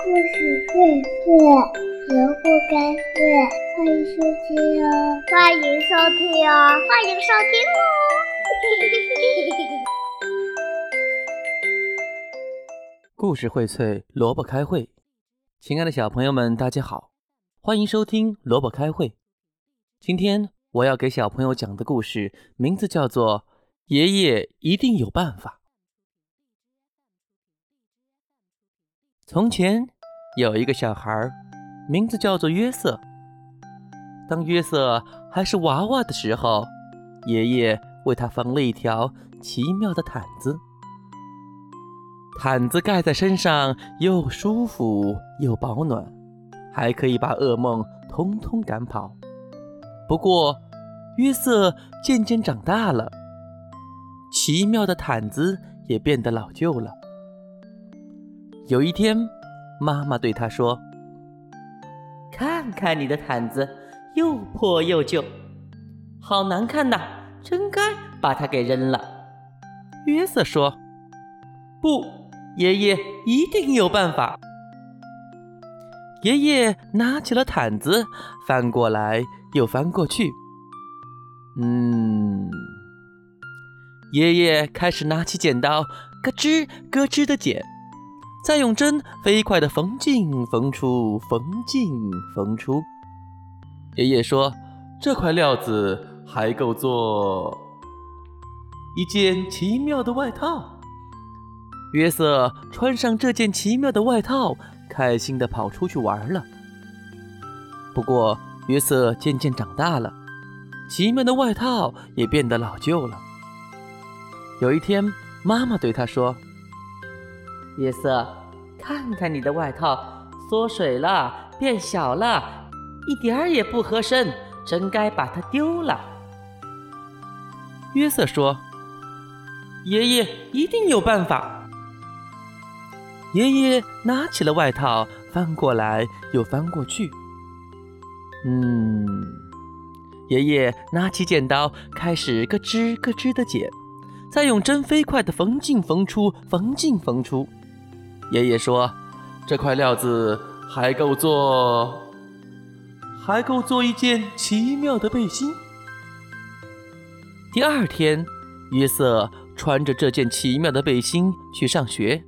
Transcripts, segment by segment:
故事荟萃，萝卜开会，欢迎收听哦！ 欢迎收听哦！欢迎收听哦！ 故事荟萃，萝卜开会。亲爱的小朋友们，大家好，欢迎收听萝卜开会。今天我要给小朋友讲的故事名字叫做《爷爷一定有办法》。从前有一个小孩，名字叫做约瑟。当约瑟还是娃娃的时候，爷爷为他缝了一条奇妙的毯子。毯子盖在身上又舒服又保暖，还可以把噩梦通通赶跑。不过约瑟渐渐长大了，奇妙的毯子也变得老旧了。有一天，妈妈对他说：“看看你的毯子，又破又旧，好难看呐，真该把它给扔了。”约瑟说：“不，爷爷一定有办法。”爷爷拿起了毯子，翻过来又翻过去。爷爷开始拿起剪刀，咯吱咯吱地剪，再用针飞快地缝进缝出，缝进缝出。爷爷说：“这块料子还够做一件奇妙的外套。”约瑟穿上这件奇妙的外套，开心地跑出去玩了。不过约瑟渐渐长大了，奇妙的外套也变得老旧了。有一天，妈妈对他说：“约瑟，看看你的外套，缩水了，变小了，一点儿也不合身，真该把它丢了。”约瑟说：“爷爷一定有办法。”爷爷拿起了外套，翻过来又翻过去。爷爷拿起剪刀，开始咯吱咯吱地剪，再用针飞快地缝进缝出，缝进缝出。爷爷说：“这块料子还够做一件奇妙的背心。”第二天，约瑟穿着这件奇妙的背心去上学。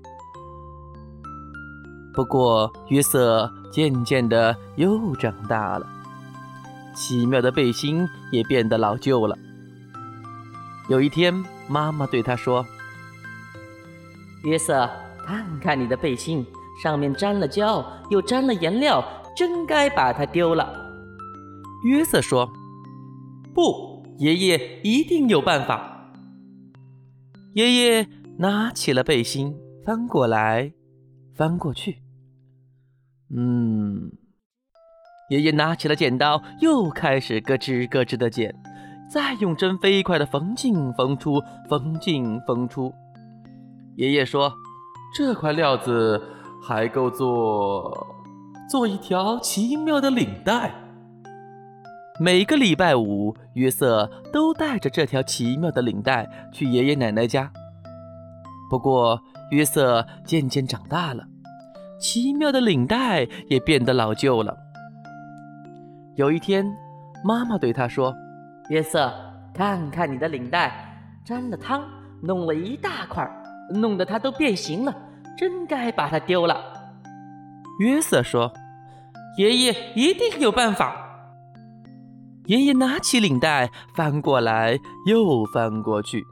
不过约瑟渐渐的又长大了，奇妙的背心也变得老旧了。有一天，妈妈对他说：“约瑟，看看你的背心，上面沾了胶，又沾了颜料，真该把它丢了。”约瑟说：“不，爷爷一定有办法。”爷爷拿起了背心，翻过来翻过去。爷爷拿起了剪刀，又开始咯吱咯吱地剪，再用针飞快地缝进缝出，缝进缝出。爷爷说：“这块料子还够做一条奇妙的领带。”每个礼拜五，约瑟都带着这条奇妙的领带去爷爷奶奶家。不过约瑟渐渐长大了，奇妙的领带也变得老旧了。有一天，妈妈对他说：“约瑟，看看你的领带，沾了汤，弄了一大块，弄得它都变形了，真该把它丢了。”约瑟说：“爷爷一定有办法。”爷爷拿起领带，翻过来又翻过去。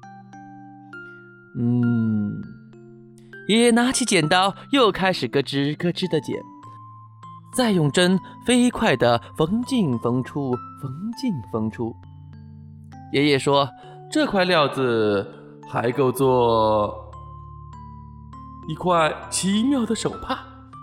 爷爷拿起剪刀，又开始咯吱咯吱地剪，再用针飞快地缝进缝出，缝进缝出。爷爷说：“这块料子还够做一块奇妙的手帕。”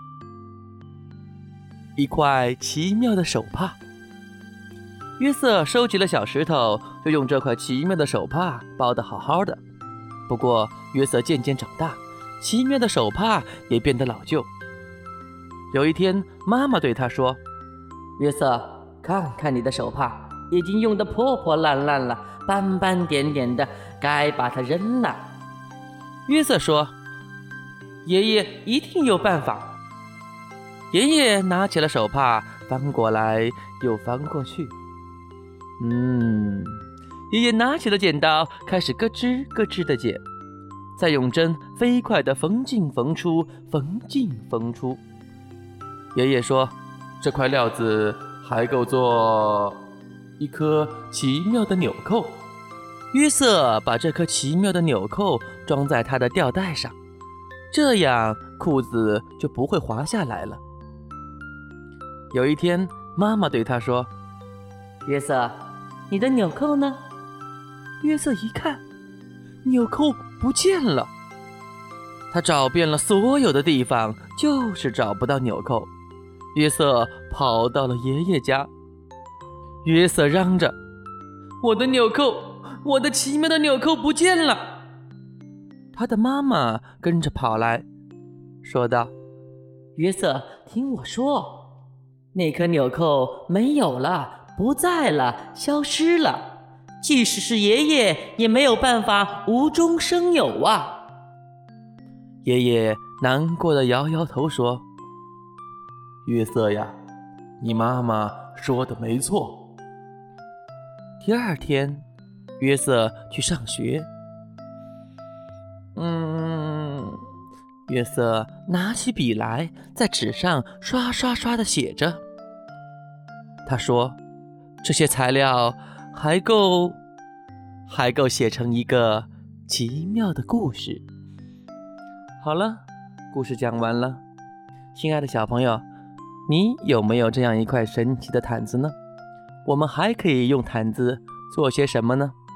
一块奇妙的手帕。约瑟收集了小石头，就用这块奇妙的手帕包得好好的。不过约瑟渐渐长大，奇妙的手帕也变得老旧。有一天，妈妈对他说：“约瑟，看看你的手帕，已经用得破破烂烂了，斑斑点点的，该把它扔了。”约瑟说：“爷爷一定有办法。” 爷爷拿起了手帕，翻过来又翻过去。爷爷拿起了剪刀，开始咯吱咯吱地剪，再用针飞快地缝进缝出，缝进缝出。爷爷说：“这块料子还够做一颗奇妙的纽扣。”约瑟把这颗奇妙的纽扣装在他的吊带上，这样裤子就不会滑下来了。有一天，妈妈对他说：“约瑟，你的纽扣呢？”约瑟一看，纽扣不见了。他找遍了所有的地方，就是找不到纽扣。约瑟跑到了爷爷家。约瑟嚷着：“我的纽扣，我的奇妙的纽扣不见了！”他的妈妈跟着跑来，说道：“约瑟，听我说，那颗纽扣没有了，不在了，消失了。即使是爷爷，也没有办法无中生有啊！”爷爷难过的摇摇头说：“约瑟呀，你妈妈说的没错。”第二天，约瑟去上学。约瑟拿起笔来，在纸上刷刷刷地写着。他说：“这些材料还够写成一个奇妙的故事。”好了，故事讲完了。亲爱的小朋友，你有没有这样一块神奇的毯子呢？我们还可以用毯子做些什么呢？